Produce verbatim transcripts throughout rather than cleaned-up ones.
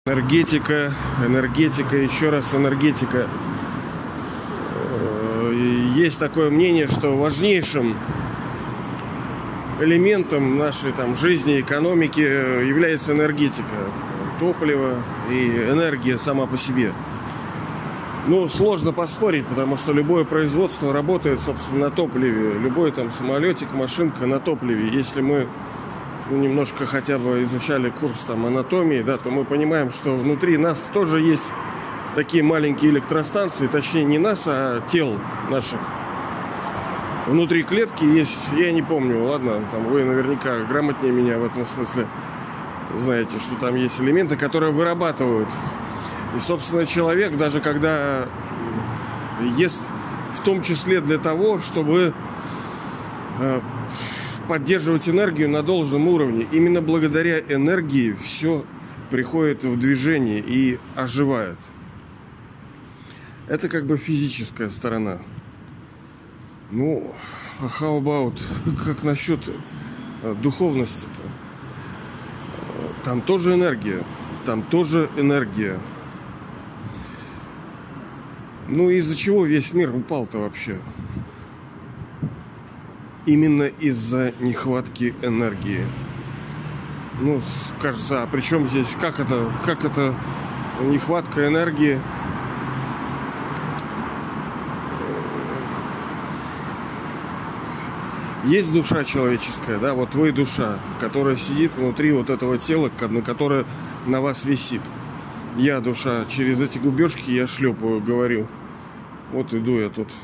Энергетика, энергетика, еще раз энергетика. Есть такое мнение, что важнейшим элементом нашей там жизни, экономики является энергетика, топливо и энергия сама по себе. Ну, сложно поспорить, потому что любое производство работает, собственно, на топливе. Любой там самолетик, машинка на топливе. Если мы ну, немножко хотя бы изучали курс там анатомии, да, то мы понимаем, что внутри нас тоже есть такие маленькие электростанции, точнее не нас, а тел наших. Внутри клетки есть, я не помню, ладно, там вы наверняка грамотнее меня в этом смысле знаете, что там есть элементы, которые вырабатывают. И, собственно, человек, даже когда ест, в том числе для того, чтобы э, поддерживать энергию на должном уровне. Именно благодаря энергии все приходит в движение и оживает. Это как бы физическая сторона. Ну, а how about, как насчет духовности-то? Там тоже энергия. Там тоже энергия. Ну, из-за чего весь мир упал-то вообще? Именно из-за нехватки энергии. Ну, кажется, а при чем здесь, как это, как это нехватка энергии? Есть душа человеческая, да, вот вы душа, которая сидит внутри вот этого тела, на которое на вас висит. Я душа, через эти губежки я шлепаю, говорю. Вот иду я тут.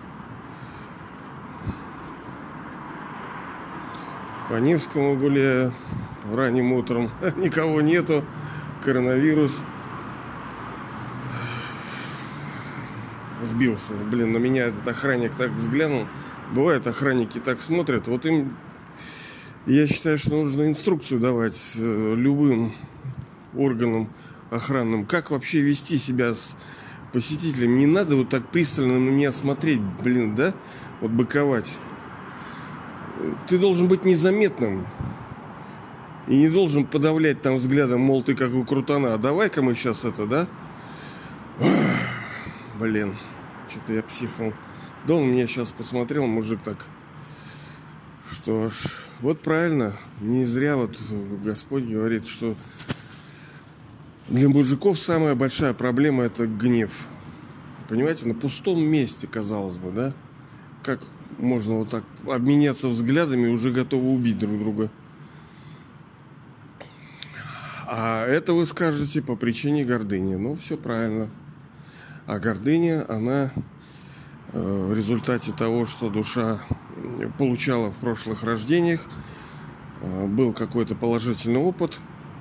По Невскому гуляю ранним утром. Никого нету. Коронавирус. Сбился. Блин, на меня этот охранник так взглянул. Бывает, охранники так смотрят. Вот им, я считаю, что нужно инструкцию давать любым органам охранным. Как вообще вести себя с посетителями. Не надо вот так пристально на меня смотреть, блин, да? Вот быковать. Ты должен быть незаметным. И не должен подавлять там взглядом, мол, ты как у крутана. А давай-ка мы сейчас это, да? Блин, что-то я психнул. Да он меня сейчас посмотрел, мужик так. Что ж, вот правильно. Не зря вот Господь говорит, что для мужиков самая большая проблема — это гнев. Понимаете, на пустом месте, казалось бы, да? Как можно вот так обменяться взглядами, уже готовы убить друг друга. А это вы скажете по причине гордыни. Ну, все правильно. А гордыня, она э, в результате того, что душа получала в прошлых рождениях, э, был какой-то положительный опыт.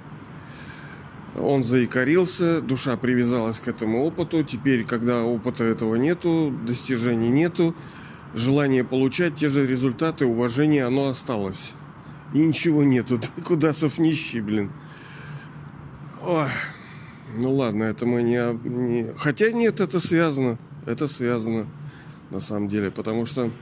Он заикарился, душа привязалась к этому опыту. Теперь, когда опыта этого нету, достижений нету, желание получать те же результаты, уважение, оно осталось. И ничего нету. Куда сов нищий, блин. Ой. Ну ладно, это мы не, не... Хотя нет, это связано. Это связано на самом деле. Потому что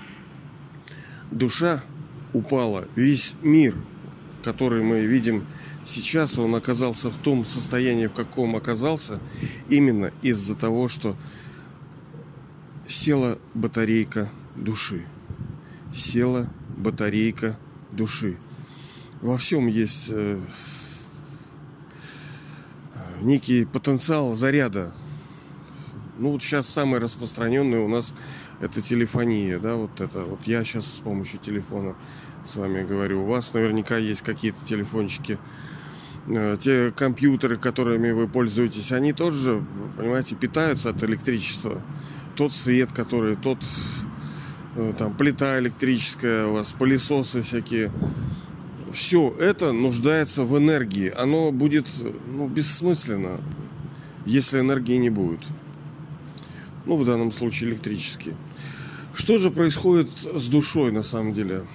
душа упала. Весь мир, который мы видим сейчас, он оказался в том состоянии, в каком оказался, именно из-за того, что села батарейка души. Села батарейка души. Во всем есть э, некий потенциал заряда. Ну вот сейчас самый распространенный у нас это телефония, да, вот это. Вот я сейчас с помощью телефона с вами говорю. У вас наверняка есть какие-то телефончики. Те компьютеры, которыми вы пользуетесь, они тоже, понимаете, питаются от электричества. Тот свет, который, тот там плита электрическая у вас, пылесосы всякие. Все это нуждается в энергии. Оно будет, ну, бессмысленно, если энергии не будет. Ну, в данном случае электрические. Что же происходит с душой на самом деле?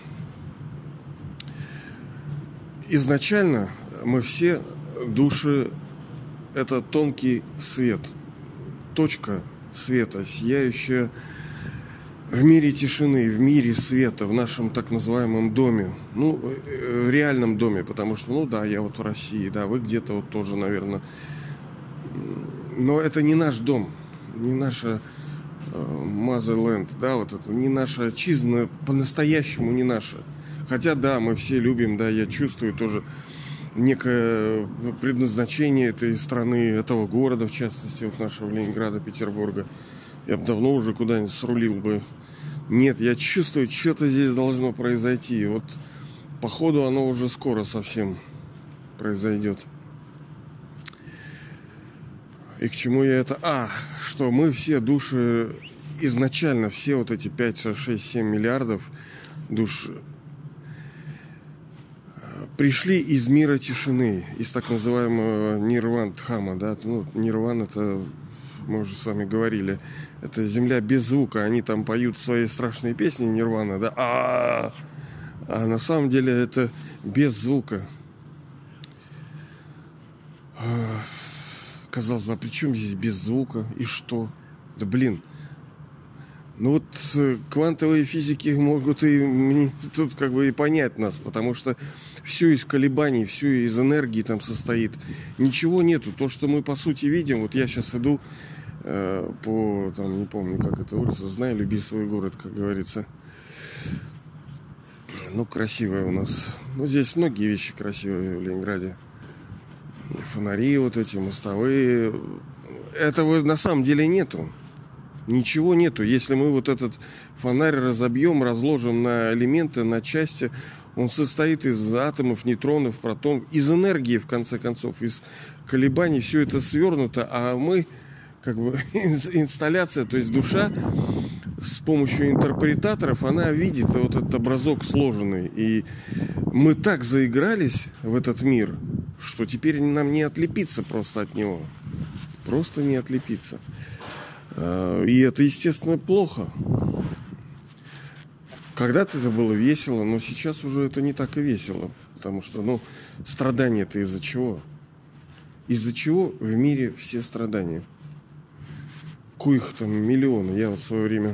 Изначально мы все души — это тонкий свет, точка света, сияющая в мире тишины, в мире света, в нашем так называемом доме. Ну, реальном доме, потому что, ну да, я вот в России, да, вы где-то вот тоже, наверное. Но это не наш дом, не наша Motherland, да, вот это не наша отчизна, по-настоящему не наша. Хотя, да, мы все любим, да, я чувствую тоже некое предназначение этой страны, этого города, в частности, вот нашего Ленинграда, Петербурга. Я бы давно уже куда-нибудь срулил бы. Нет, я чувствую, что-то здесь должно произойти. Вот, походу, оно уже скоро совсем произойдет. И к чему я это? А, что мы все души, изначально все вот эти пять, шесть, семь миллиардов душ пришли из мира тишины, из так называемого нирван-дхама, да, ну, нирван это, мы уже с вами говорили, это земля без звука, они там поют свои страшные песни, нирвана, да, а, а на самом деле это без звука. Казалось бы, а при чем здесь без звука и что? Да блин. Ну вот квантовые физики могут и тут как бы и понять нас, потому что все из колебаний, все из энергии там состоит. Ничего нету. То, что мы по сути видим, вот я сейчас иду э, по, там, не помню, как это улица, знай, люби свой город, как говорится. Ну, красивая у нас. Ну, здесь многие вещи красивые в Ленинграде. Фонари вот эти, мостовые. Этого на самом деле нету. Ничего нету. Если мы вот этот фонарь разобьем, разложим на элементы, на части, он состоит из атомов, нейтронов, протонов, из энергии, в конце концов, из колебаний. Все это свернуто, а мы, как бы, инсталляция, то есть душа, с помощью интерпретаторов, она видит вот этот образок сложенный. И мы так заигрались в этот мир, что теперь нам не отлепиться просто от него. Просто не отлепиться. И это, естественно, плохо. Когда-то это было весело, но сейчас уже это не так и весело. Потому что, ну, страдания-то из-за чего? Из-за чего в мире все страдания? Коих там миллионы. Я вот в свое время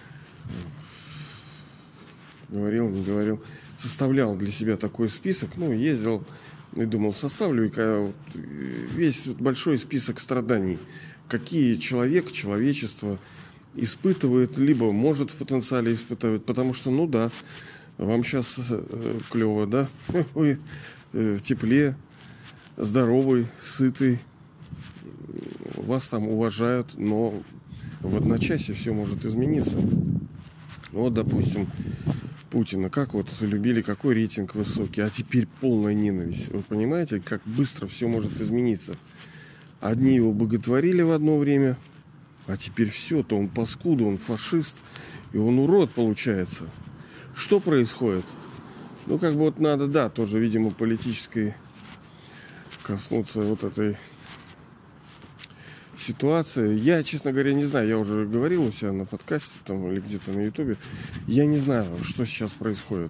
говорил, не говорил, составлял для себя такой список. Ну, ездил и думал, составлю весь большой список страданий, какие человек, человечество испытывает, либо может в потенциале испытывать. Потому что, ну да, вам сейчас э, клево, да? Вы э, теплее, здоровый, сытый. Вас там уважают, но в одночасье все может измениться. Вот, допустим, Путина. Как вот любили, какой рейтинг высокий, а теперь полная ненависть. Вы понимаете, как быстро все может измениться? Одни его боготворили в одно время, а теперь все, то он паскуда, он фашист, и он урод получается. Что происходит? Ну, как бы вот надо, да, тоже, видимо, политической коснуться вот этой ситуации. Я, честно говоря, не знаю, я уже говорил у себя на подкасте там или где-то на ютубе, я не знаю, что сейчас происходит.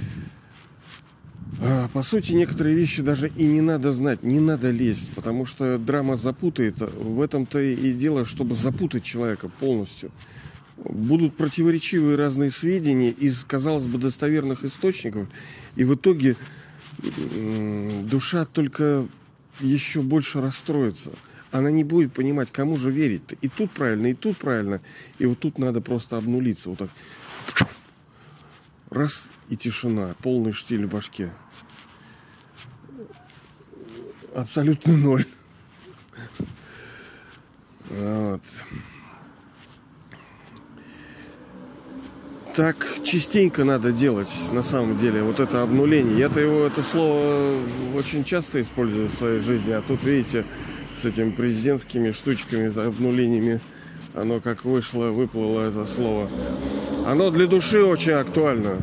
А, по сути, некоторые вещи даже и не надо знать, не надо лезть, потому что драма запутает. В этом-то и дело, чтобы запутать человека полностью. Будут противоречивые разные сведения из, казалось бы, достоверных источников, и в итоге душа только еще больше расстроится. Она не будет понимать, кому же верить-то. И тут правильно, и тут правильно. И вот тут надо просто обнулиться. Вот так. Раз, и тишина. Полный штиль в башке. Абсолютно ноль. Вот. Так частенько надо делать, на самом деле, вот это обнуление. Я-то его, это слово очень часто использую в своей жизни, а тут, видите, с этими президентскими штучками, обнулениями, оно как вышло, выплыло это слово. Оно для души очень актуально.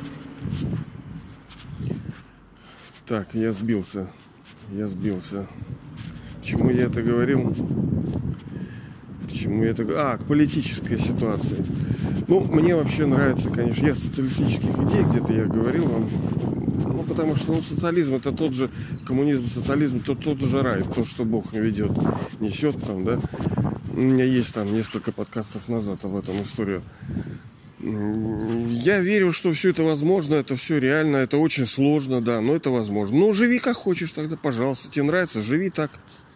Так, я сбился. Я сбился. К чему я это говорил? К чему я это... А, к политической ситуации. Ну, мне вообще нравится, конечно, я социалистических идей где-то я говорил вам. Ну, потому что ну, социализм это тот же, коммунизм, социализм, тот, тот же рай, то, что Бог ведет, несет там, да. У меня есть там несколько подкастов назад об этом историю. Я верю, что все это возможно, это все реально, это очень сложно, да, но это возможно. Ну, живи как хочешь тогда, пожалуйста. Тебе нравится, живи так.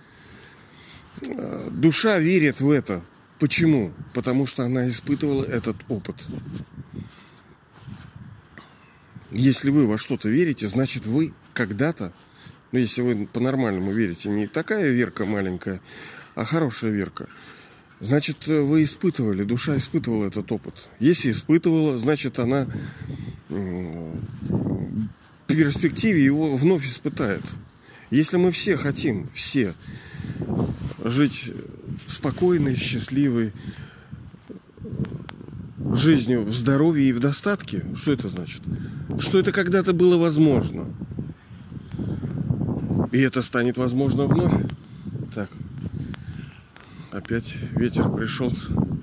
Душа верит в это. Почему? Потому что она испытывала этот опыт. Если вы во что-то верите, значит вы когда-то, ну если вы по-нормальному верите, не такая верка маленькая, а хорошая верка, значит вы испытывали, душа испытывала этот опыт. Если испытывала, значит она в перспективе его вновь испытает. Если мы все хотим, все жить спокойной, счастливой жизнью в здоровье и в достатке, что это значит? Что это когда-то было возможно. И это станет возможно вновь. Так. Опять ветер пришел.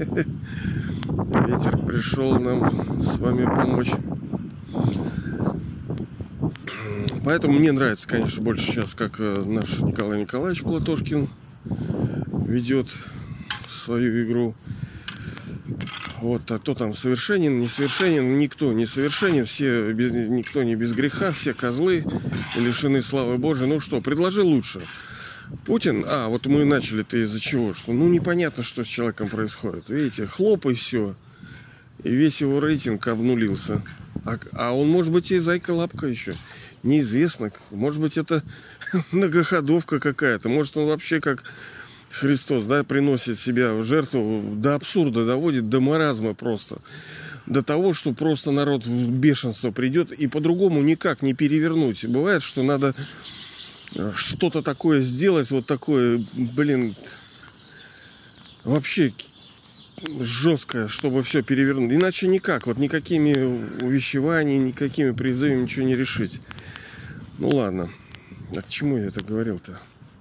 Ветер пришел нам с вами помочь. Поэтому мне нравится, конечно, больше сейчас, как наш Николай Николаевич Платошкин ведет свою игру. Вот, а кто там совершенен, несовершенен, никто не совершенен, все, никто не без греха, все козлы лишены славы Божией. Ну что, предложи лучше. Путин, а, вот мы начали-то из-за чего? Что, ну, непонятно, что с человеком происходит. Видите, хлоп и все. И весь его рейтинг обнулился. А, а он, может быть, и зайка-лапка еще. Неизвестно. Может быть, это многоходовка какая-то. Может, он вообще как Христос, да, приносит себя в жертву, до абсурда доводит, до маразма просто. До того, что просто народ в бешенство придет, и по-другому никак не перевернуть. Бывает, что надо что-то такое сделать, вот такое, блин, вообще жесткое, чтобы все перевернуть. Иначе никак, вот никакими увещеваниями, никакими призывами ничего не решить. Ну ладно, а к чему я это говорил-то?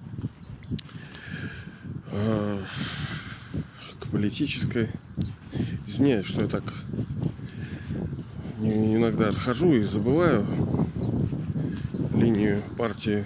А, к политической. Извиняюсь, что я так иногда отхожу и забываю линию партии.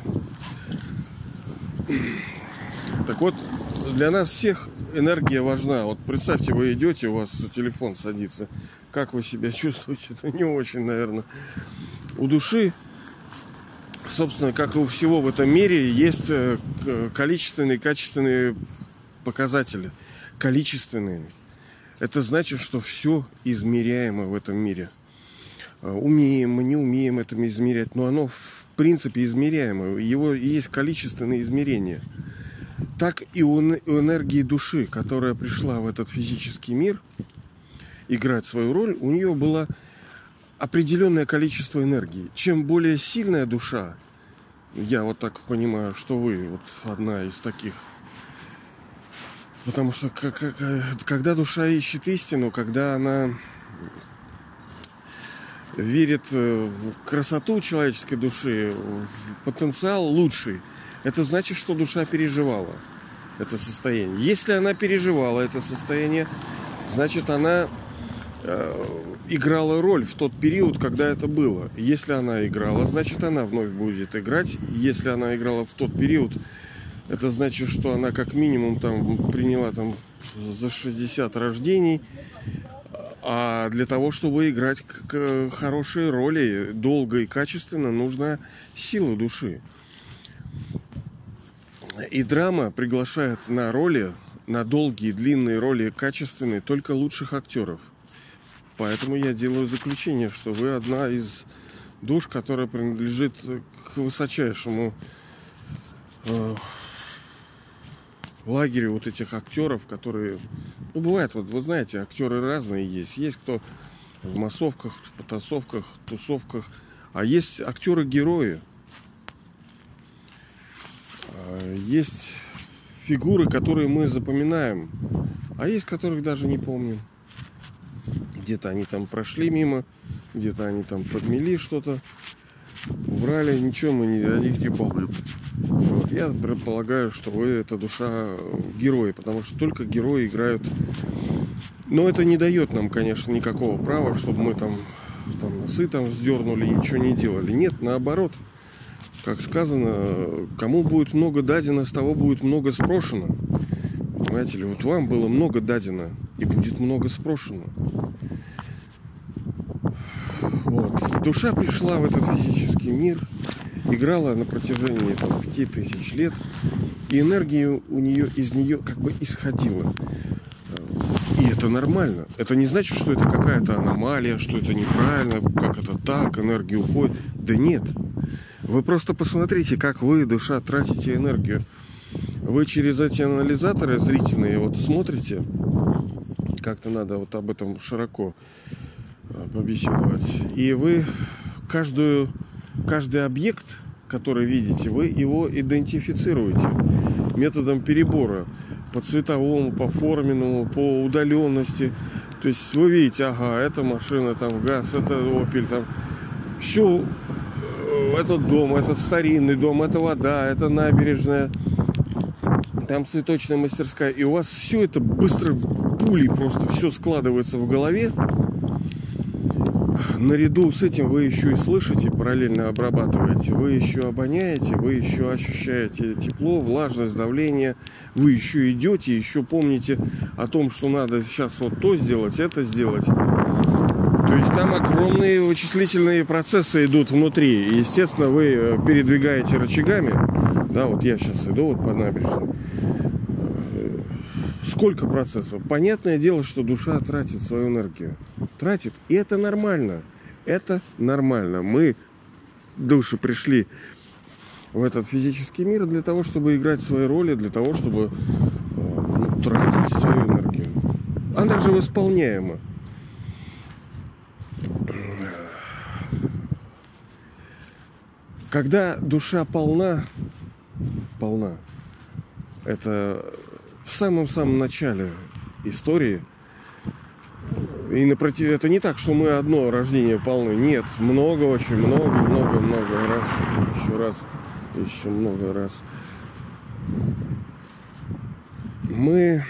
Так вот, для нас всех энергия важна. Вот представьте, вы идете, у вас телефон садится. Как вы себя чувствуете? Это не очень, наверное. У души, собственно, как и у всего в этом мире, есть количественные и качественные показатели. Количественные. Это значит, что все измеряемо в этом мире. Умеем мы, не умеем это измерять, но оно в принципе измеряемо. Его есть количественные измерения. Так и у энергии души, которая пришла в этот физический мир играть свою роль, у нее было определенное количество энергии. Чем более сильная душа, я вот так понимаю, что вы вот одна из таких. Потому что когда душа ищет истину, когда она верит в красоту человеческой души, в потенциал лучший, это значит, что душа переживала это состояние. Если она переживала это состояние, значит, она э, играла роль в тот период, когда это было. Если она играла, значит, она вновь будет играть. Если она играла в тот период, это значит, что она как минимум там приняла там за шестьдесят рождений. А для того, чтобы играть хорошие роли долго и качественно, нужна сила души. И драма приглашает на роли, на долгие, длинные роли, качественные, только лучших актеров. Поэтому я делаю заключение, что вы одна из душ, которая принадлежит к высочайшему э, лагерю вот этих актеров, которые... Ну, бывает, вот вы знаете, актеры разные есть. Есть кто в массовках, в потасовках, тусовках. А есть актеры-герои. Есть фигуры, которые мы запоминаем, а есть, которых даже не помним. Где-то они там прошли мимо, где-то они там подмели что-то, убрали, ничего мы не, о них не помним. Вот. Я предполагаю, что вы, это душа герои, потому что только герои играют. Но это не дает нам, конечно, никакого права, чтобы мы там, там носы там вздернули и ничего не делали. Нет, наоборот. Как сказано, кому будет много дадено, с того будет много спрошено. Понимаете ли, вот вам было много дадено, и будет много спрошено. душа пришла в этот физический мир, играла на протяжении там, пяти тысяч лет, и энергия у нее из нее как бы исходила. И это нормально. Это не значит, что это какая-то аномалия, что это неправильно, как это так, энергия уходит. Да нет. Вы просто посмотрите, как вы, душа, тратите энергию. Вы через эти анализаторы зрительные вот смотрите, как-то надо вот об этом широко побеседовать. И вы каждую, каждый объект, который видите, вы его идентифицируете методом перебора по цветовому, по форменному, по удаленности. То есть вы видите, ага, это машина, там ГАЗ, это Opel, там все, этот дом, этот старинный дом, это вода, это набережная, там цветочная мастерская. И у вас все это быстро пулей просто все складывается в голове. Наряду с этим вы еще и слышите, параллельно обрабатываете, вы еще обоняете, вы еще ощущаете тепло, влажность, давление, вы еще идете, еще помните о том, что надо сейчас вот то сделать, это сделать. То есть там огромные вычислительные процессы идут внутри. И, естественно, вы передвигаете рычагами. Да, вот я сейчас иду вот по набережной. Сколько процессов? Понятное дело, что душа тратит свою энергию. Тратит. И это нормально. Это нормально. Мы, души, пришли в этот физический мир для того, чтобы играть свои роли, для того, чтобы ну, тратить свою энергию. Она же восполняема. Когда душа полна, полна, это в самом-самом начале истории, и напротив, это не так, что мы одно рождение полны, нет, много, очень много, много, много раз, еще раз, еще много раз. Мы,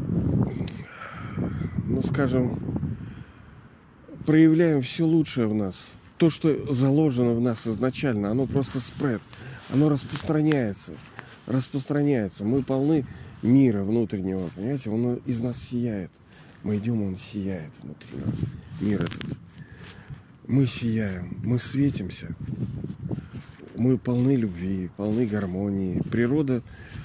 ну скажем, проявляем все лучшее в нас. То, что заложено в нас изначально, оно просто спред, оно распространяется, распространяется. Мы полны мира внутреннего, понимаете, он из нас сияет. Мы идем, он сияет внутри нас, мир этот. Мы сияем, мы светимся, мы полны любви, полны гармонии. Природа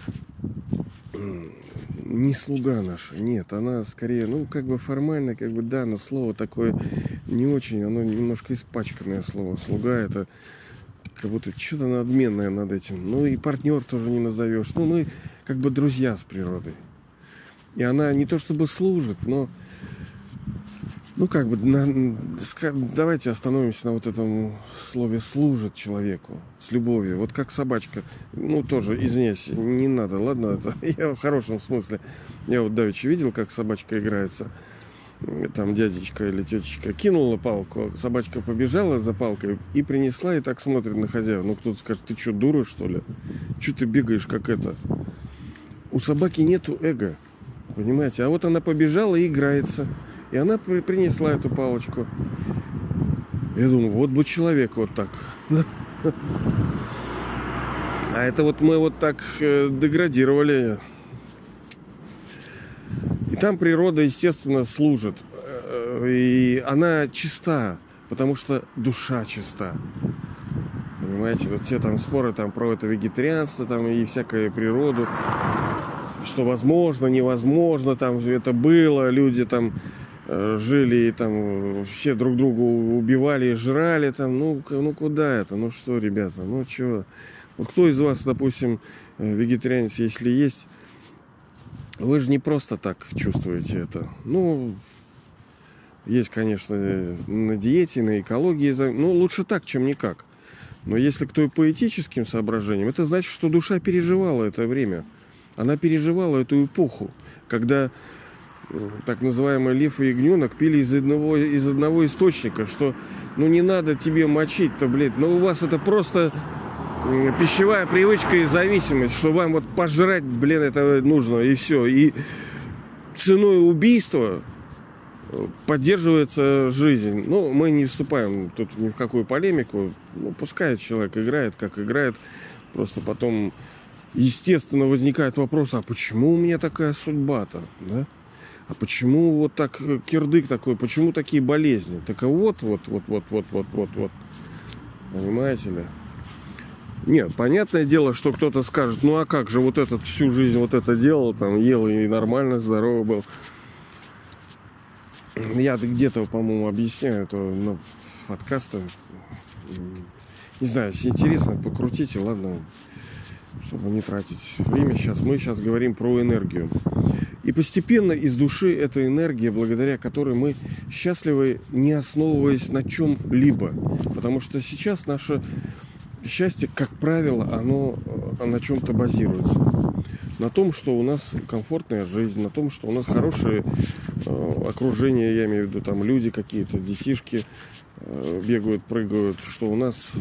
не слуга наша, нет, она скорее, ну, как бы формально, как бы, да, но слово такое не очень, оно немножко испачканное слово. Слуга — это как будто что-то надменное над этим. Ну, и партнер тоже не назовешь. Ну, мы как бы друзья с природой. И она не то чтобы служит, но, ну, как бы, на, давайте остановимся на вот этом слове «служит человеку» с любовью. Вот как собачка. Ну, тоже, извиняюсь, не надо, ладно? Это я в хорошем смысле. Я вот давеча видел, как собачка играется. Там дядечка или тетечка кинула палку, собачка побежала за палкой и принесла, и так смотрит на хозяина. Ну, кто-то скажет, ты что, дура, что ли? Что ты бегаешь, как это? У собаки нету эго, понимаете? А вот она побежала и играется. И она при- принесла эту палочку. Я думаю, вот бы человек вот так. А это вот мы вот так деградировали. И там природа, естественно, служит. И она чиста, потому что душа чиста. Понимаете, вот все там споры там, про это вегетарианство там, и всякую природу, что возможно, невозможно, там это было, люди там жили, и там все друг друга убивали и жрали, там, ну, ну куда это, ну что, ребята, ну что. Вот кто из вас, допустим, вегетарианец, если есть, вы же не просто так чувствуете это. Ну, есть, конечно, на диете, на экологии. Ну, лучше так, чем никак. Но если кто и по этическим соображениям, это значит, что душа переживала это время. Она переживала эту эпоху, когда так называемый лев и ягненок пили из одного, из одного источника, что ну не надо тебе мочить-то, блядь, но у вас это просто пищевая привычка и зависимость, что вам вот пожрать, блин, это нужно, и все. И ценой убийства поддерживается жизнь. Ну, мы не вступаем тут ни в какую полемику. Ну, пускай человек играет, как играет. Просто потом, естественно, возникает вопрос, а почему у меня такая судьба-то, да? а почему вот так кирдык такой, почему такие болезни? Так вот, вот, вот, вот, вот, вот, вот, вот. Понимаете ли? Нет, понятное дело, что кто-то скажет, ну а как же вот этот всю жизнь вот это делал, там, ел и нормально, здоровый был. Я где-то, по-моему, объясняю это на подкастах. Не знаю, если интересно, покрутите, ладно, чтобы не тратить время. Сейчас мы сейчас говорим про энергию. И постепенно из души эта энергия, благодаря которой мы счастливы, не основываясь на чем-либо. Потому что сейчас наше счастье, как правило, оно на чем-то базируется. На том, что у нас комфортная жизнь, на том, что у нас хорошее э, окружение, я имею в виду там люди какие-то, детишки э, бегают, прыгают, что у нас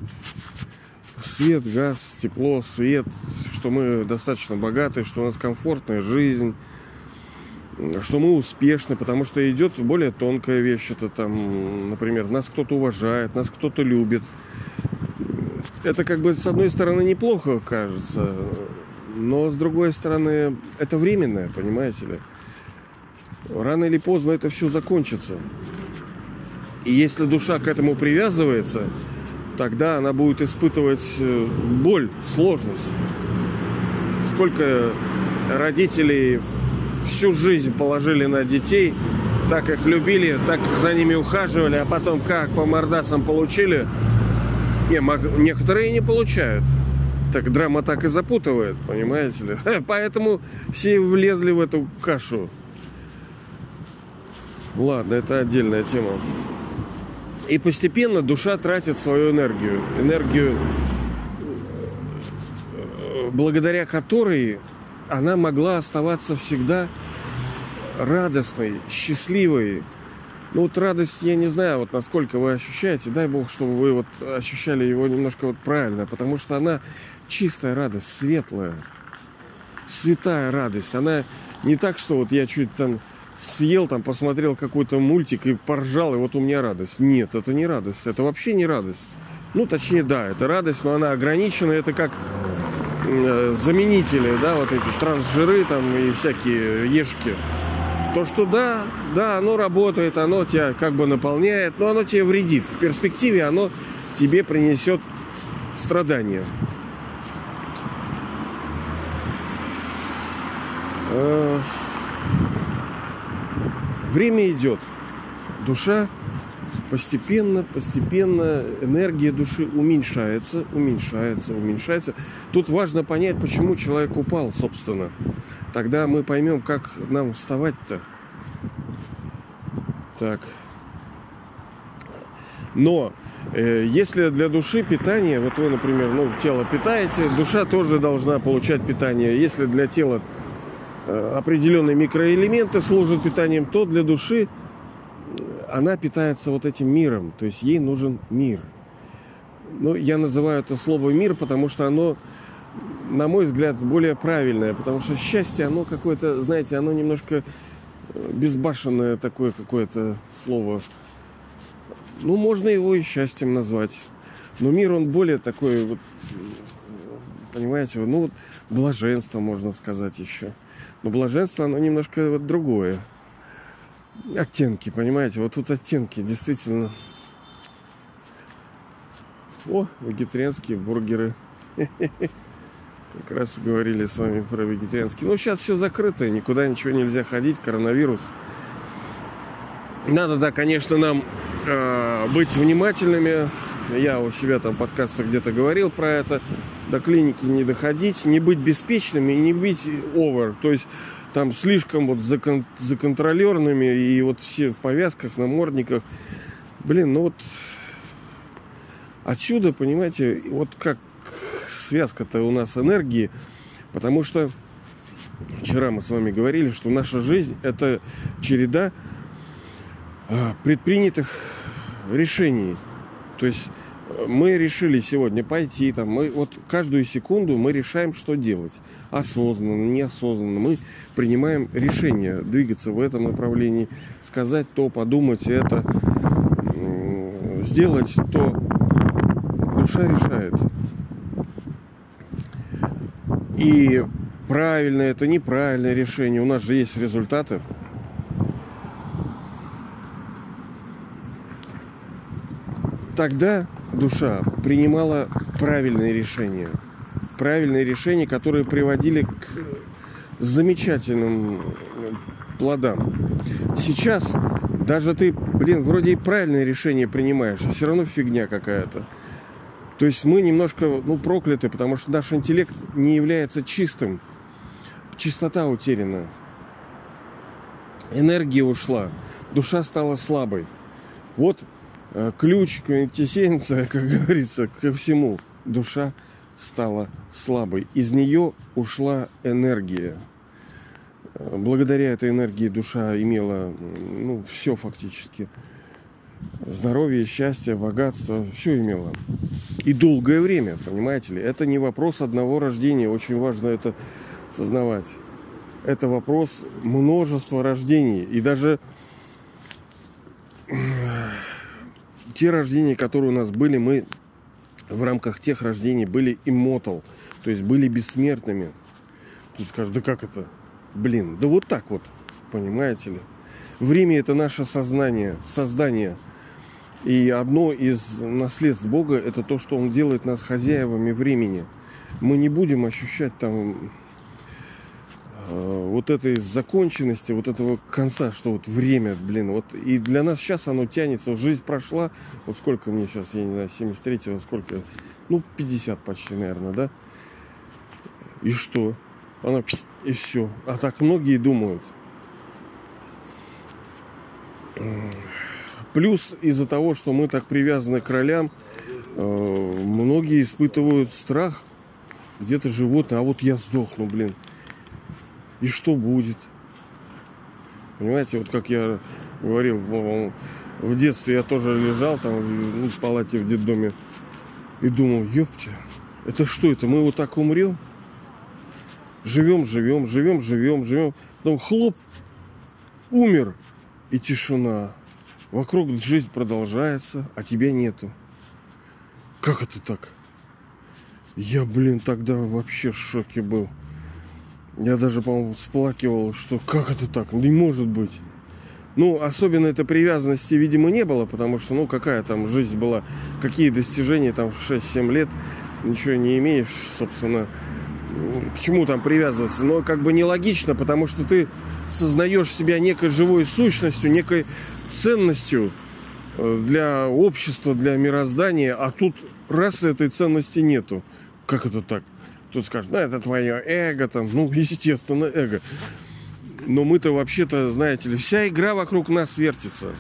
свет, газ, тепло, свет, что мы достаточно богаты, что у нас комфортная жизнь, что мы успешны, потому что идет более тонкая вещь, это там, например, нас кто-то уважает, нас кто-то любит. Это как бы с одной стороны неплохо кажется, но с другой стороны это временное, понимаете ли. Рано или поздно это все закончится. И если душа к этому привязывается, тогда она будет испытывать боль, сложность. Сколько родителей всю жизнь положили на детей, так их любили, так за ними ухаживали, а потом как по мордасам получили. Не, некоторые не получают. Так драма так и запутывает, понимаете ли. Поэтому все влезли в эту кашу. Ладно, это отдельная тема. И постепенно душа тратит свою энергию. Энергию, благодаря которой она могла оставаться всегда радостной, счастливой. Ну вот радость, я не знаю, вот насколько вы ощущаете. Дай Бог, чтобы вы вот ощущали его немножко вот правильно. Потому что она чистая радость, светлая, святая радость. Она не так, что вот я чуть там съел, там посмотрел какой-то мультик и поржал, и вот у меня радость. Нет, это не радость. Это вообще не радость. Ну, точнее, да, это радость, но она ограничена. Это как э, заменители, да, вот эти трансжиры там и всякие ешки. То, что да, да, оно работает, оно тебя как бы наполняет, но оно тебе вредит. В перспективе оно тебе принесет страдания. Время идет. Душа постепенно, постепенно, энергия души уменьшается, уменьшается, уменьшается. Тут важно понять, почему человек упал, собственно. Тогда мы поймем, как нам вставать-то. Так. Но э, если для души питание, вот вы, например, ну, тело питаете, душа тоже должна получать питание. Если для тела э, определенные микроэлементы служат питанием, то для души она питается вот этим миром. То есть ей нужен мир. Ну, я называю это слово мир, потому что оно, на мой взгляд, более правильное. Потому что счастье, оно какое-то, знаете, оно немножко безбашенное такое какое-то слово. Ну, можно его и счастьем назвать. Но мир, он более такой, вот, понимаете, ну, вот блаженство, можно сказать еще. Но блаженство, оно немножко вот другое. Оттенки, понимаете, вот тут оттенки, действительно. О, вегетарианские бургеры. Как раз говорили с вами про вегетарианские. Ну, сейчас все закрыто, никуда ничего нельзя ходить, коронавирус. Надо, да, конечно, нам э, быть внимательными. Я у себя там в подкастах где-то говорил про это. До клиники не доходить, не быть беспечными и не быть over. То есть там слишком вот закон, законтролерными и вот все в повязках, намордниках. Блин, ну вот отсюда, понимаете, вот как связка-то у нас энергии, потому что вчера мы с вами говорили, что наша жизнь — это череда предпринятых решений. То есть мы решили сегодня пойти, там, мы вот каждую секунду мы решаем, что делать. Осознанно, неосознанно. Мы принимаем решение двигаться в этом направлении, сказать то, подумать это, сделать то. Душа решает. И правильное это, неправильное решение. У нас же есть результаты. тогда душа принимала правильные решения. Правильные решения, которые приводили к замечательным плодам. Сейчас даже ты, блин, вроде и правильное решение принимаешь, а все равно фигня какая-то. То есть мы немножко, ну, прокляты, потому что наш интеллект не является чистым. Чистота утеряна. Энергия ушла. Душа стала слабой. Вот э, ключ, квинтэссенция, как говорится, ко всему. Душа стала слабой. Из нее ушла энергия. Благодаря этой энергии душа имела, ну, все фактически. Здоровье, счастье, богатство, все имела. И долгое время, понимаете ли. Это не вопрос одного рождения. Очень важно это сознавать. Это вопрос множества рождений. И даже те рождения, которые у нас были, мы в рамках тех рождений были immortal, то есть были бессмертными. Тут скажешь, да как это? Блин, да вот так вот, понимаете ли. Время — это наше сознание, создание. И одно из наследств Бога — это то, что Он делает нас хозяевами времени. Мы не будем ощущать там вот этой законченности, вот этого конца, что вот время, блин, вот и для нас сейчас оно тянется, вот жизнь прошла, вот сколько мне сейчас, я не знаю, семьдесят третьего, сколько, ну, пятьдесят почти, наверное, да? И что? Она, и все. А так многие думают. Плюс из-за того, что мы так привязаны к ролям, многие испытывают страх. Где-то животное, а вот я сдохну, блин. И что будет? Понимаете, вот как я говорил, в детстве я тоже лежал там, ну, в палате в детдоме и думал, ёпте, это что это? Мы вот так умрем? Живем, живем, живем, живем, живем. Потом хлоп, умер, и тишина. Вокруг жизнь продолжается, а тебя нету. Как это так? Я, блин, тогда вообще в шоке был. Я даже, по-моему, всплакивал, что как это так? Не может быть. Ну, особенно этой привязанности, видимо, не было, потому что, ну, какая там жизнь была, какие достижения там в шесть-семь лет, ничего не имеешь, собственно. К чему там привязываться? Но как бы нелогично, потому что ты сознаешь себя некой живой сущностью, некой ценностью для общества, для мироздания, а тут раз этой ценности нету. Как это так? Тут скажут, ну, это твое эго, там, ну, естественно, эго. Но мы-то вообще-то, знаете ли, вся игра вокруг нас вертится.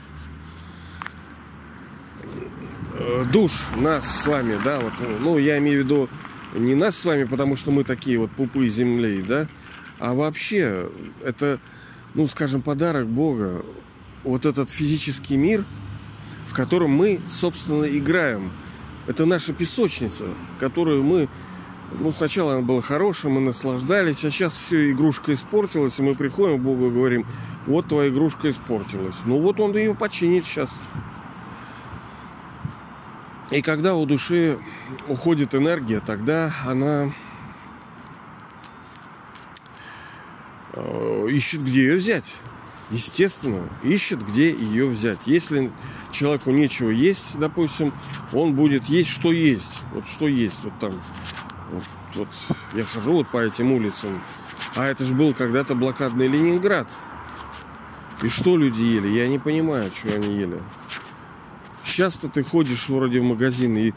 Душ нас с вами, да, вот, ну, я имею в виду не нас с вами, потому что мы такие вот пупы земли, да, а вообще это, ну, скажем, подарок Бога. Вот этот физический мир, в котором мы, собственно, играем. Это наша песочница, которую мы... Ну, сначала она была хорошая, мы наслаждались, а сейчас все, игрушка испортилась, и мы приходим к Богу и говорим, вот твоя игрушка испортилась. Ну, вот Он ее починит сейчас. И когда у души уходит энергия, тогда она э, ищет, где ее взять. Естественно, ищет, где ее взять. Если человеку нечего есть, допустим, он будет есть, что есть. Вот что есть, вот там. Вот, вот я хожу вот по этим улицам, а это же был когда-то блокадный Ленинград. И что люди ели? Я не понимаю, что они ели. Сейчас-то ты ходишь вроде в магазин и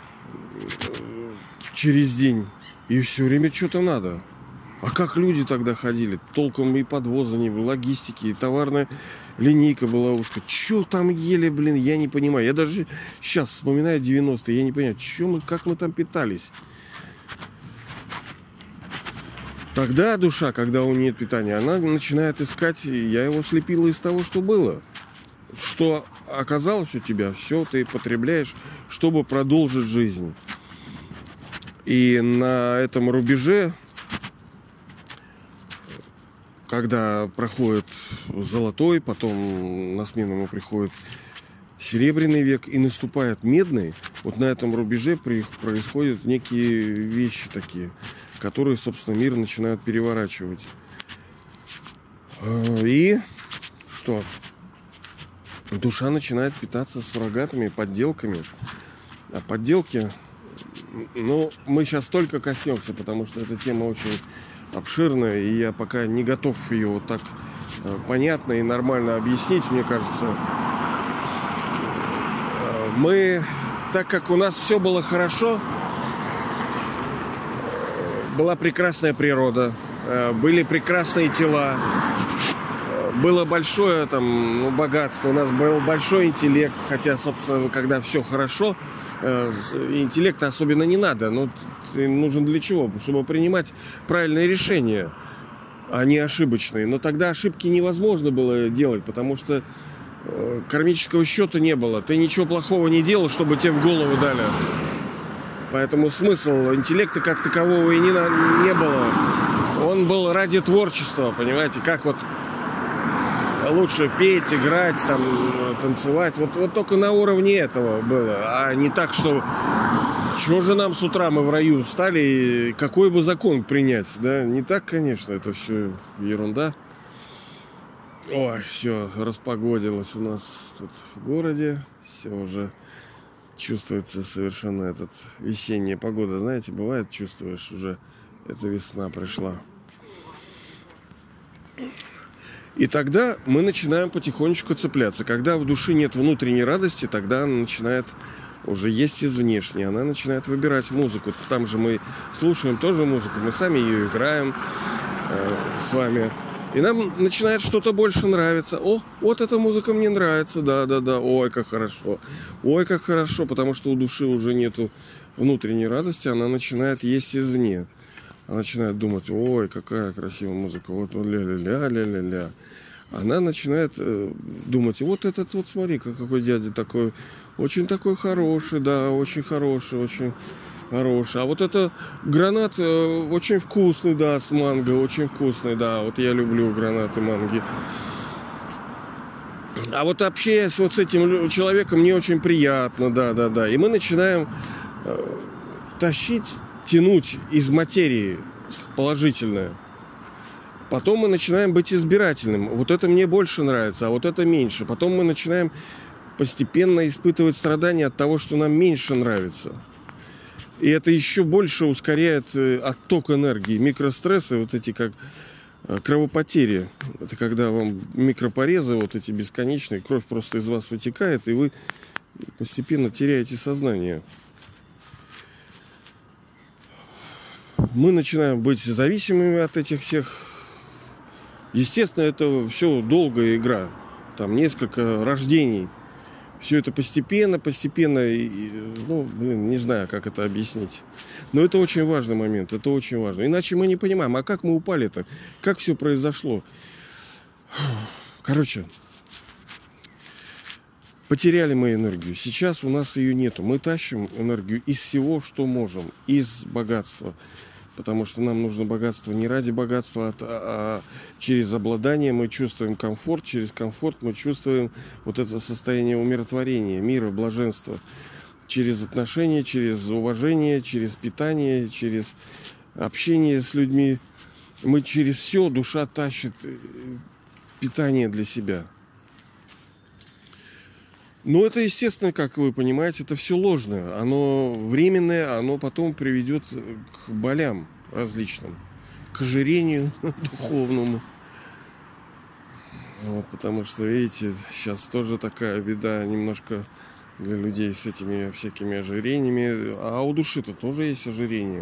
через день, и все время что-то надо. А как люди тогда ходили? Толком и подвоза не было, логистики, и товарная линейка была узкая. Че там ели, блин, я не понимаю. Я даже сейчас вспоминаю девяностые, я не понимаю, че мы, как мы там питались. Тогда душа, когда у нее нет питания, она начинает искать, я его слепила из того, что было. Что оказалось у тебя, все ты потребляешь, чтобы продолжить жизнь. И на этом рубеже, когда проходит золотой, потом на смену ему приходит серебряный век и наступает медный, вот на этом рубеже происходят некие вещи такие, которые, собственно, мир начинают переворачивать. И что? душа начинает питаться суррогатами, подделками. А подделки, ну, мы сейчас только коснемся, потому что эта тема очень обширная, и я пока не готов ее вот так понятно и нормально объяснить, мне кажется. Мы, так как у нас все было хорошо, была прекрасная природа, были прекрасные тела, было большое там, ну, богатство, у нас был большой интеллект, хотя, собственно, когда все хорошо, интеллекта особенно не надо, но нужен для чего? Чтобы принимать правильные решения, а не ошибочные. Но тогда ошибки невозможно было делать, потому что кармического счета не было. Ты ничего плохого не делал, чтобы тебе в голову дали. Поэтому смысл интеллекта как такового и не, не было. Он был ради творчества, понимаете, как вот лучше петь, играть, там, танцевать. Вот, вот только на уровне этого было, а не так, что чего же нам с утра мы в раю встали, какой бы закон принять, да? Не так, конечно, это все ерунда. Ой, все, распогодилось у нас тут в городе, все уже чувствуется совершенно этот весенняя погода. Знаете, бывает, чувствуешь уже, эта весна пришла. И тогда мы начинаем потихонечку цепляться. Когда в душе нет внутренней радости, тогда она начинает уже есть из внешней. Она начинает выбирать музыку. Там же мы слушаем тоже музыку, мы сами ее играем э, с вами. И нам начинает что-то больше нравиться. О, вот эта музыка мне нравится, да-да-да, ой, как хорошо. Ой, как хорошо, потому что у души уже нету внутренней радости, она начинает есть извне. Она начинает думать, ой, какая красивая музыка, вот ля-ля-ля-ля-ля-ля. Она начинает э, думать, вот этот вот, смотри, какой дядя такой, очень такой хороший, да, очень хороший, очень хороший. А вот это гранат э, очень вкусный, да, с манго, очень вкусный, да, вот я люблю гранаты манги. А вот общаясь вот с этим человеком, мне очень приятно, да-да-да. И мы начинаем э, тащить, тянуть из материи положительное. Потом мы начинаем быть избирательным. Вот это мне больше нравится, а вот это меньше. Потом мы начинаем постепенно испытывать страдания от того, что нам меньше нравится. И это еще больше ускоряет отток энергии. Микрострессы, вот эти как кровопотери. Это когда вам микропорезы, вот эти бесконечные, кровь просто из вас вытекает, и вы постепенно теряете сознание. Мы начинаем быть зависимыми от этих всех. Естественно, это все долгая игра. Там несколько рождений. Все это постепенно, постепенно, ну, блин, не знаю, как это объяснить. Но это очень важный момент, это очень важно. Иначе мы не понимаем, а как мы упали-то? Как все произошло? Короче, потеряли мы энергию. Сейчас у нас ее нету. Мы тащим энергию из всего, что можем. Из богатства. Потому что нам нужно богатство не ради богатства, а, а через обладание мы чувствуем комфорт, через комфорт мы чувствуем вот это состояние умиротворения, мира, блаженства. Через отношения, через уважение, через питание, через общение с людьми. Мы через все, душа тащит питание для себя. Но это, естественно, как вы понимаете, это все ложное. Оно временное, оно потом приведет к болям различным, к ожирению духовному. Вот, потому что, видите, сейчас тоже такая беда немножко для людей с этими всякими ожирениями. А у души-то тоже есть ожирение.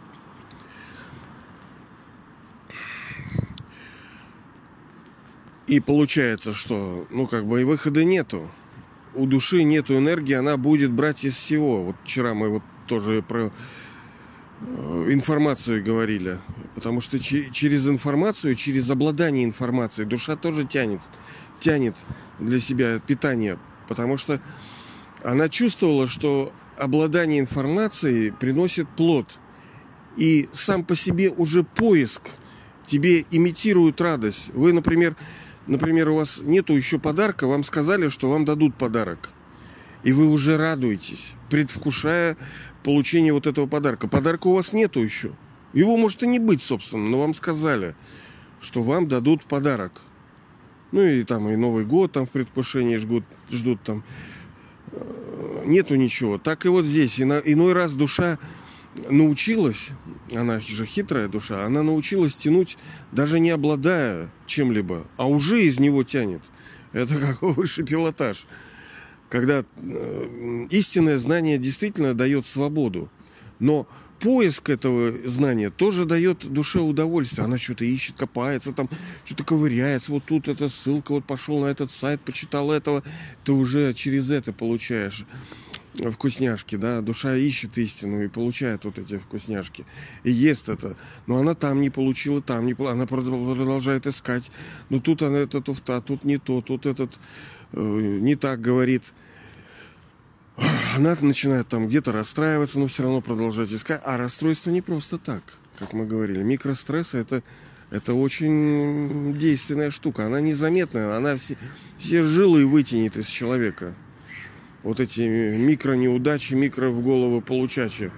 И получается, что, ну, как бы и выхода нету. У души нету энергии, она будет брать из всего. Вот вчера мы вот тоже про информацию говорили. Потому что через информацию, через обладание информацией душа тоже тянет, тянет для себя питание. Потому что она чувствовала, что обладание информацией приносит плод. И сам по себе уже поиск тебе имитирует радость. Вы, например... Например, у вас нету еще подарка, вам сказали, что вам дадут подарок. И вы уже радуетесь, предвкушая получение вот этого подарка. Подарка у вас нету еще. Его может и не быть, собственно, но вам сказали, что вам дадут подарок. Ну и там и Новый год там в предвкушении ждут, ждут там. Нету ничего. Так и вот здесь. И на, иной раз душа научилась, она же хитрая душа, она научилась тянуть, даже не обладая чем-либо, а уже из него тянет. Это как высший пилотаж. Когда э, истинное знание действительно дает свободу. Но поиск этого знания тоже дает душе удовольствие. Она что-то ищет, копается, там что-то ковыряется. Вот тут эта ссылка, вот пошел на этот сайт, почитал этого. Ты уже через это получаешь вкусняшки, да. Душа ищет истину и получает вот эти вкусняшки. И ест это. Но она там не получила, там не получила. Она продолжает искать. Но тут она это туфта, тут не то, тут этот э, не так говорит. Она начинает там где-то расстраиваться, но все равно продолжать искать. А расстройство не просто так, как мы говорили. Микрострессы это, это очень действенная штука. Она незаметная, она все, все жилы вытянет из человека. Вот эти микро-неудачи, микро в голову получачи.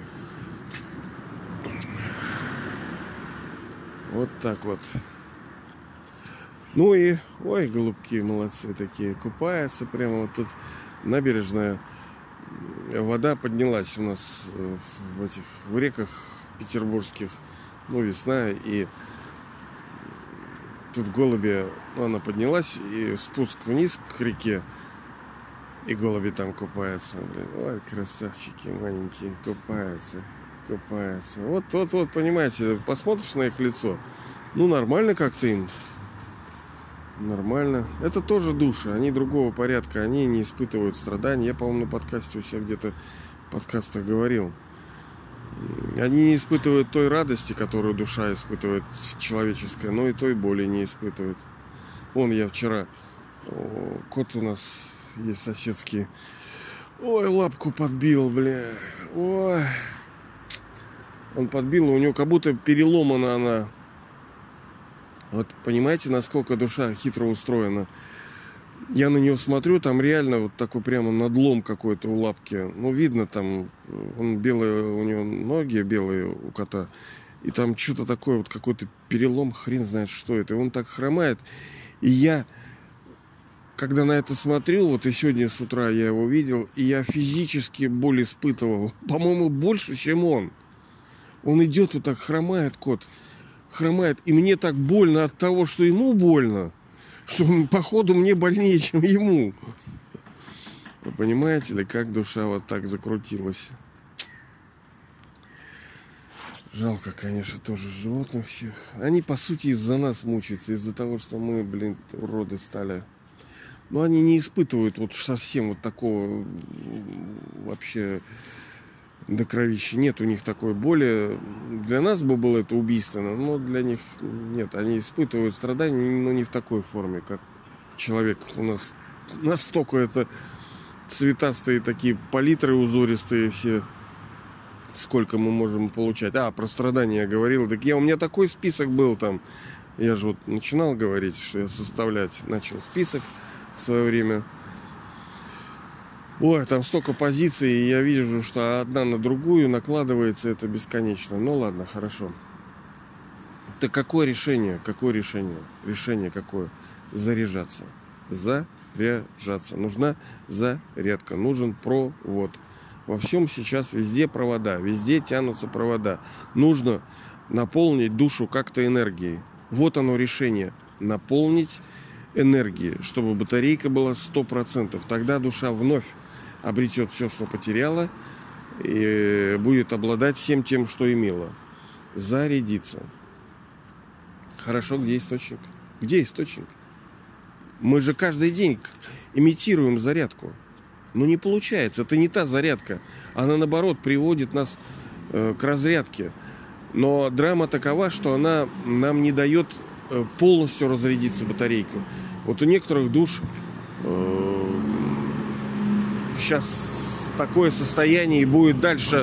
Вот так вот. Ну и, ой, голубки молодцы такие, купаются прямо вот тут набережная. Вода поднялась у нас в этих в реках петербургских, ну, весна, и тут голуби, ну, она поднялась, и спуск вниз к реке, и голуби там купаются. Блин, ой, красавчики маленькие, купаются, купаются. Вот, вот, вот, понимаете, посмотришь на их лицо, ну, нормально как-то им. Нормально. Это тоже души, они другого порядка, они не испытывают страданий. Я, по-моему, на подкасте у себя где-то в подкастах говорил. Они не испытывают той радости, которую душа испытывает человеческая, но и той боли не испытывают. Вон я вчера, о, кот у нас есть соседский, ой, лапку подбил, бля, ой. Он подбил, у него как будто переломана она. Вот понимаете, насколько душа хитро устроена. Я на нее смотрю, там реально вот такой прямо надлом какой-то у лапки. Ну, видно там, он белые, у него ноги белые у кота. И там что-то такое, вот какой-то перелом, хрен знает, что это. И он так хромает. И я, когда на это смотрю, вот и сегодня с утра я его видел, и я физически боль испытывал. По-моему, больше, чем он. Он идет вот так, хромает кот. Хромает. И мне так больно от того, что ему больно, что походу мне больнее, чем ему. Вы понимаете ли, как душа вот так закрутилась? Жалко, конечно, тоже животных всех. Они, по сути, из-за нас мучаются, из-за того, что мы, блин, уроды стали. Но они не испытывают вот совсем вот такого вообще до кровища. Нет у них такой боли. Для нас бы было это убийственно, но для них нет. Они испытывают страдания, но не в такой форме, как человек. У нас настолько это цветастые такие палитры узористые все. Сколько мы можем получать. А, про страдания я говорил. Так я, у меня такой список был там. Я же вот начинал говорить, что я составлять начал список в свое время. Ой, там столько позиций, и я вижу, что одна на другую накладывается, это бесконечно. Ну ладно, хорошо. Так какое решение? Какое решение? Решение какое? Заряжаться. Заряжаться. Нужна зарядка. Нужен провод. Во всем сейчас везде провода. Везде тянутся провода. Нужно наполнить душу как-то энергией. Вот оно решение. Наполнить энергией, чтобы батарейка была сто процентов. Тогда душа вновь обретет все, что потеряла, и будет обладать всем тем, что имела. Зарядиться. Хорошо, где источник? Где источник? Мы же каждый день имитируем зарядку. Но не получается. Это не та зарядка. Она, наоборот, приводит нас э, к разрядке. Но драма такова, что она нам не дает э, полностью разрядиться батарейку. Вот у некоторых душ э, сейчас такое состояние и будет дальше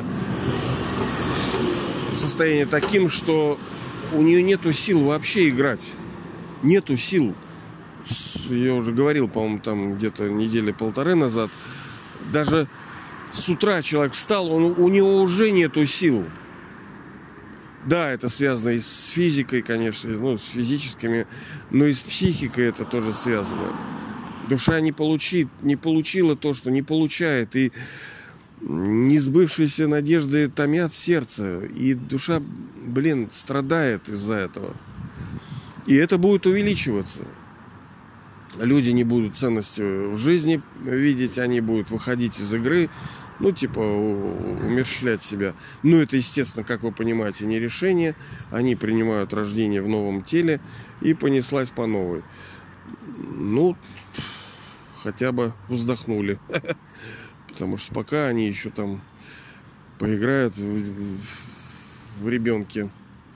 состояние таким, что у нее нету сил вообще играть. Нету сил. Я уже говорил, по-моему, там где-то недели полторы назад. Даже с утра человек встал, он, у него уже нету сил. Да, это связано и с физикой, конечно, ну, с физическими, но и с психикой это тоже связано. Душа не, получит, не получила то, что не получает, и несбывшиеся надежды томят сердце, и душа, блин, страдает из-за этого. И это будет увеличиваться. Люди не будут ценности в жизни видеть, они будут выходить из игры, ну, типа, умерщвлять себя. Ну, это, естественно, как вы понимаете, не решение. Они принимают рождение в новом теле, и понеслась по новой. Ну, хотя бы вздохнули. Потому что пока они еще там поиграют в, в ребенке.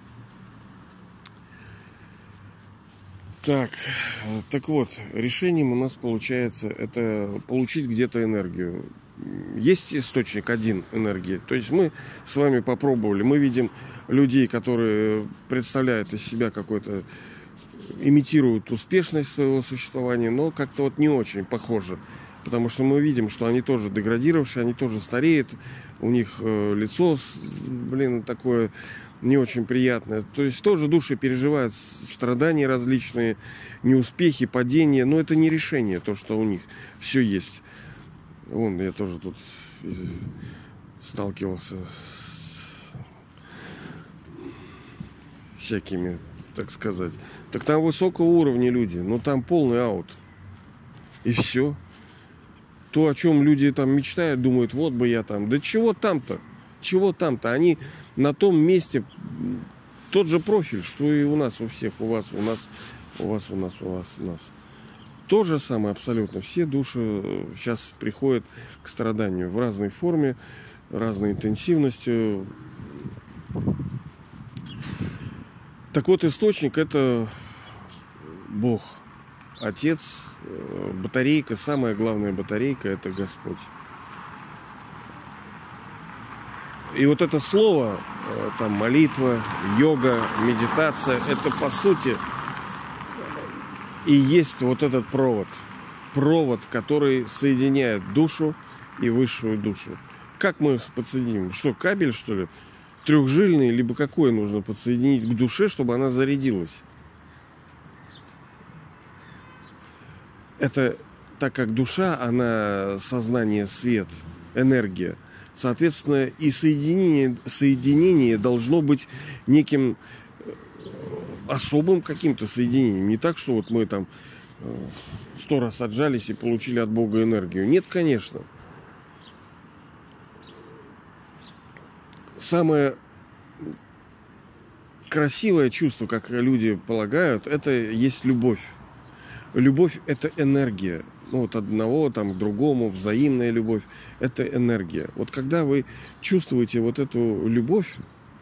Так, так вот, решением у нас получается это получить где-то энергию. Есть источник один энергии. То есть мы с вами попробовали. Мы видим людей, которые представляют из себя какой-то, имитируют успешность своего существования, но как-то вот не очень похоже. Потому что мы видим, что они тоже деградировавшие, они тоже стареют. У них э, лицо, блин, такое не очень приятное. То есть тоже души переживают страдания различные, неуспехи, падения. Но это не решение, то, что у них все есть. Вон, я тоже тут сталкивался с всякими, так сказать. Так там высокого уровня люди, но там полный аут. И все. То, о чем люди там мечтают, думают, вот бы я там. Да чего там-то? Чего там-то? Они на том месте, тот же профиль, что и у нас, у всех, у вас, у нас, у вас, у нас, у вас, у нас. То же самое абсолютно. Все души сейчас приходят к страданию в разной форме, разной интенсивностью. Так вот, источник — это Бог, Отец, батарейка, самая главная батарейка — это Господь. И вот это слово, там, молитва, йога, медитация, это по сути и есть вот этот провод. Провод, который соединяет душу и высшую душу. Как мы подсоединим? Что, кабель, что ли? Трехжильный, либо какой нужно подсоединить к душе, чтобы она зарядилась? Это так как душа, она сознание, свет, энергия. Соответственно, и соединение, соединение должно быть неким особым каким-то соединением. Не так, что вот мы там сто раз отжались и получили от Бога энергию. Нет, конечно. Самое красивое чувство, как люди полагают, это есть любовь. Любовь – это энергия. Ну, от одного там, к другому, взаимная любовь – это энергия. Вот когда вы чувствуете вот эту любовь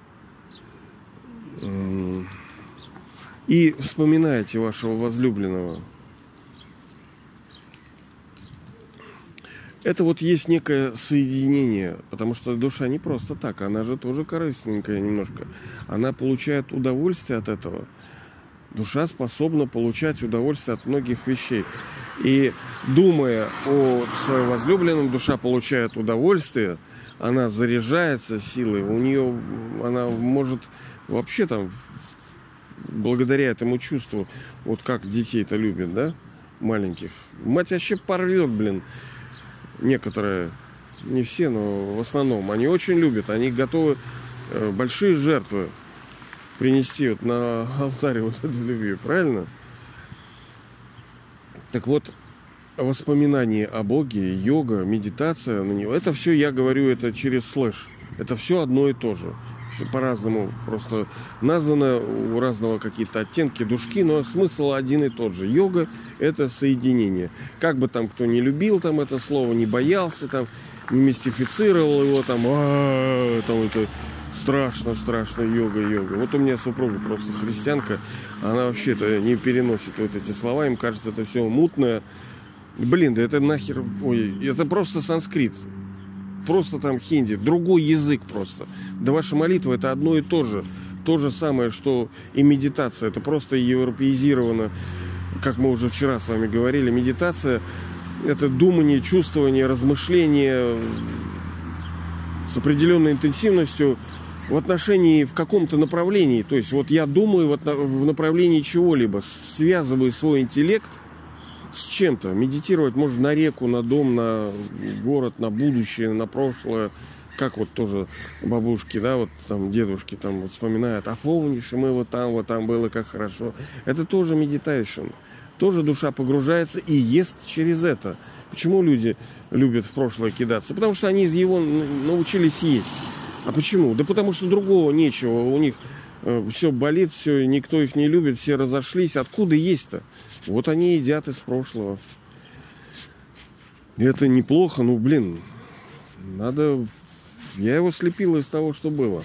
и вспоминаете вашего возлюбленного, это вот есть некое соединение, потому что душа не просто так, она же тоже корыстненькая немножко. Она получает удовольствие от этого. Душа способна получать удовольствие от многих вещей. И думая о своем возлюбленном, душа получает удовольствие, она заряжается силой, у нее она может вообще там, благодаря этому чувству, вот как детей-то любят, да, маленьких. Мать вообще порвет, блин. Некоторые, не все, но в основном, они очень любят, они готовы большие жертвы принести вот на алтарь вот этой любви, правильно? Так вот, воспоминания о Боге, йога, медитация на него, это все, я говорю, это через слэш. Это все одно и то же. По-разному просто названо, у разного какие-то оттенки, душки, но смысл один и тот же. Йога – это соединение. Как бы там кто не любил там это слово, не боялся там, не мистифицировал его там, а там это страшно, страшно, йога, йога. Вот у меня супруга просто христианка, она вообще-то не переносит вот эти слова, им кажется, это все мутное. Блин, да это нахер, ой, это просто санскрит. Просто там хинди, другой язык просто. Да ваша молитва — это одно и то же. То же самое, что и медитация. Это просто европеизировано, как мы уже вчера с вами говорили. Медитация — это думание, чувствование, размышление с определенной интенсивностью в отношении, в каком-то направлении. То есть вот я думаю в направлении чего-либо, связываю свой интеллект с чем-то. Медитировать можно на реку, на дом, на город, на будущее, на прошлое. Как вот тоже бабушки, да, вот там дедушки там вот вспоминают, а помнишь, мы вот там, вот там было, как хорошо. Это тоже медитейшн. Тоже душа погружается и ест через это. Почему люди любят в прошлое кидаться? Потому что они из его научились есть. А почему? Да потому что другого нечего. У них э, все болит, все, никто их не любит, все разошлись. Откуда есть-то? Вот они едят из прошлого. И это неплохо, ну блин, надо... Я его слепил из того, что было.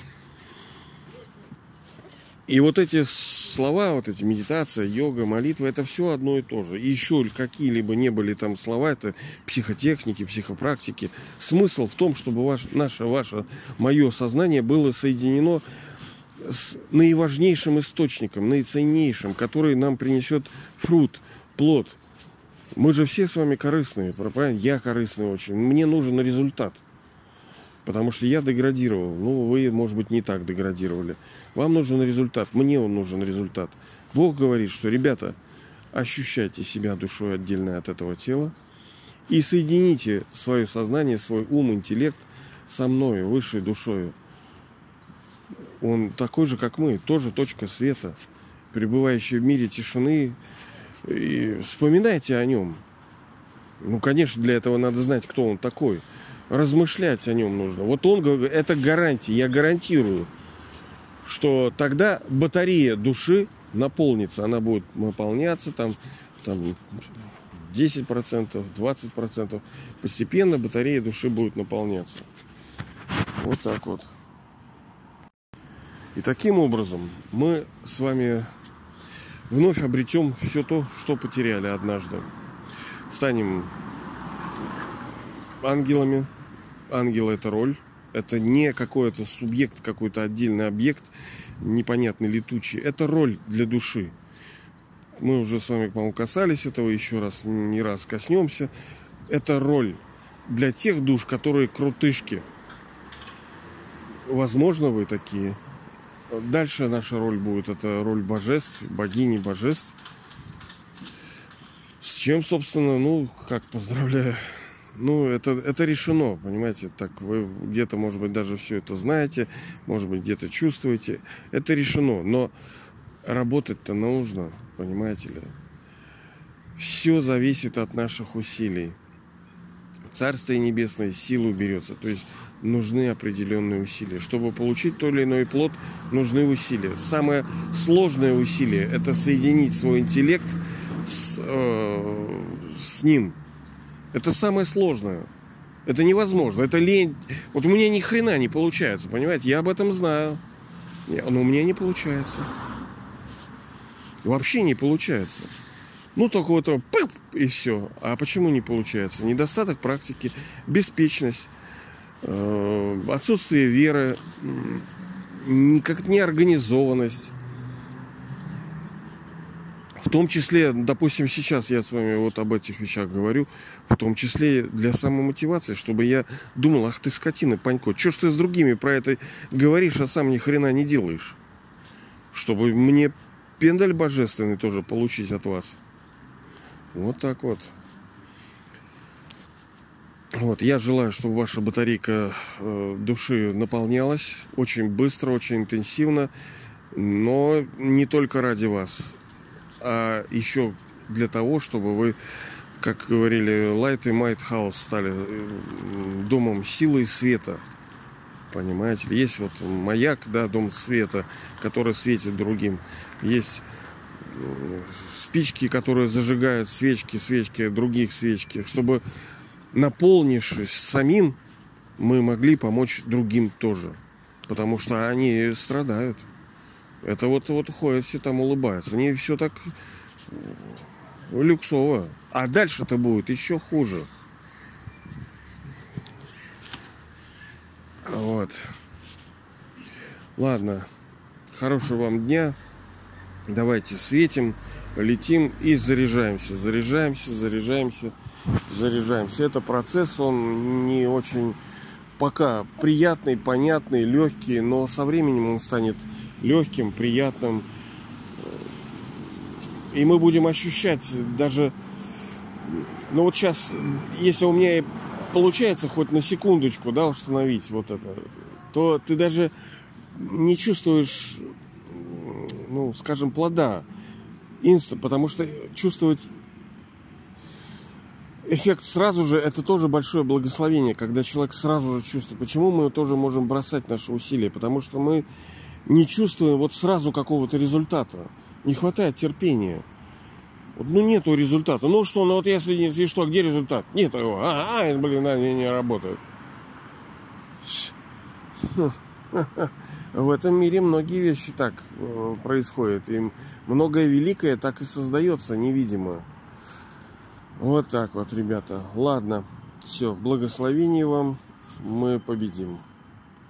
И вот эти слова, вот эти медитация, йога, молитва, это все одно и то же. И еще какие-либо не были там слова, это психотехники, психопрактики. Смысл в том, чтобы ваш, наше, ваше, мое сознание было соединено с наиважнейшим источником, наиценнейшим, который нам принесет фрукт, плод. Мы же все с вами корыстные, правильно? Я корыстный очень. Мне нужен результат. Потому что я деградировал. Ну, вы, может быть, не так деградировали. Вам нужен результат. Мне он нужен результат. Бог говорит, что, ребята, ощущайте себя душой отдельно от этого тела и соедините свое сознание, свой ум, интеллект со мной, высшей душою. Он такой же, как мы, тоже точка света, пребывающая в мире тишины. И вспоминайте о нем. Ну, конечно, для этого надо знать, кто он такой. Размышлять о нем нужно. Вот он говорит, это гарантия. Я гарантирую, что тогда батарея души наполнится. Она будет наполняться там, там десять процентов, двадцать процентов. Постепенно батарея души будет наполняться. Вот так вот. И таким образом мы с вами вновь обретем все то, что потеряли однажды. Станем ангелами. Ангел — это роль. Это не какой-то субъект, какой-то отдельный объект, непонятный, летучий. Это роль для души. Мы уже с вами, по-моему, касались этого, еще раз, не раз коснемся. Это роль для тех душ, которые крутышки. Возможно, вы такие. Дальше наша роль будет, это роль божеств, богини божеств. С чем, собственно, ну, как поздравляю. Ну, это, это решено, понимаете, так вы где-то, может быть, даже все это знаете, может быть, где-то чувствуете. Это решено, но работать-то нужно, понимаете ли. Все зависит от наших усилий. Царствие Небесное силу берется, то есть нужны определенные усилия. Чтобы получить то или иной плод, нужны усилия. Самое сложное усилие – это соединить свой интеллект с, э, с ним. Это самое сложное. Это невозможно. Это лень. Вот у меня ни хрена не получается, понимаете? Я об этом знаю. Но у меня не получается. Вообще не получается. Ну, только вот пып, и все. А почему не получается? Недостаток практики, беспечность, отсутствие веры, никак неорганизованность. В том числе, допустим, сейчас я с вами вот об этих вещах говорю, в том числе для самомотивации, чтобы я думал, ах ты скотина, Панько, что ж ты с другими про это говоришь, а сам ни хрена не делаешь? Чтобы мне пендаль божественный тоже получить от вас. Вот так вот. Вот, я желаю, чтобы ваша батарейка э, души наполнялась очень быстро, очень интенсивно, но не только ради вас, а еще для того, чтобы вы, как говорили, Light и Might House стали домом силы и света. Понимаете? Есть вот маяк, да, дом света, который светит другим. Есть спички, которые зажигают свечки, свечки, других свечки. Чтобы, наполнившись самим, мы могли помочь другим тоже. Потому что они страдают. Это вот, вот ходят, все там улыбаются. Они все так люксово. А дальше-то будет еще хуже. Вот. Ладно. Хорошего вам дня. Давайте светим, летим и заряжаемся. Заряжаемся, заряжаемся, заряжаемся. Это процесс, он не очень пока приятный, понятный, легкий, но со временем он станет легким, приятным. И мы будем ощущать даже... Ну вот сейчас, если у меня и получается хоть на секундочку, да, установить вот это, то ты даже не чувствуешь, ну, скажем, плода инста, потому что чувствовать эффект сразу же, это тоже большое благословение, когда человек сразу же чувствует. Почему мы тоже можем бросать наши усилия? Потому что мы не чувствуем вот сразу какого-то результата. Не хватает терпения. Вот, ну, нету результата. Ну что, ну вот если, если что, где результат? Нет его. А, а блин, да, не, не работает. В этом мире многие вещи так происходят. И многое великое так и создается невидимо. Вот так вот, ребята. Ладно. Все, благословений вам. Мы победим.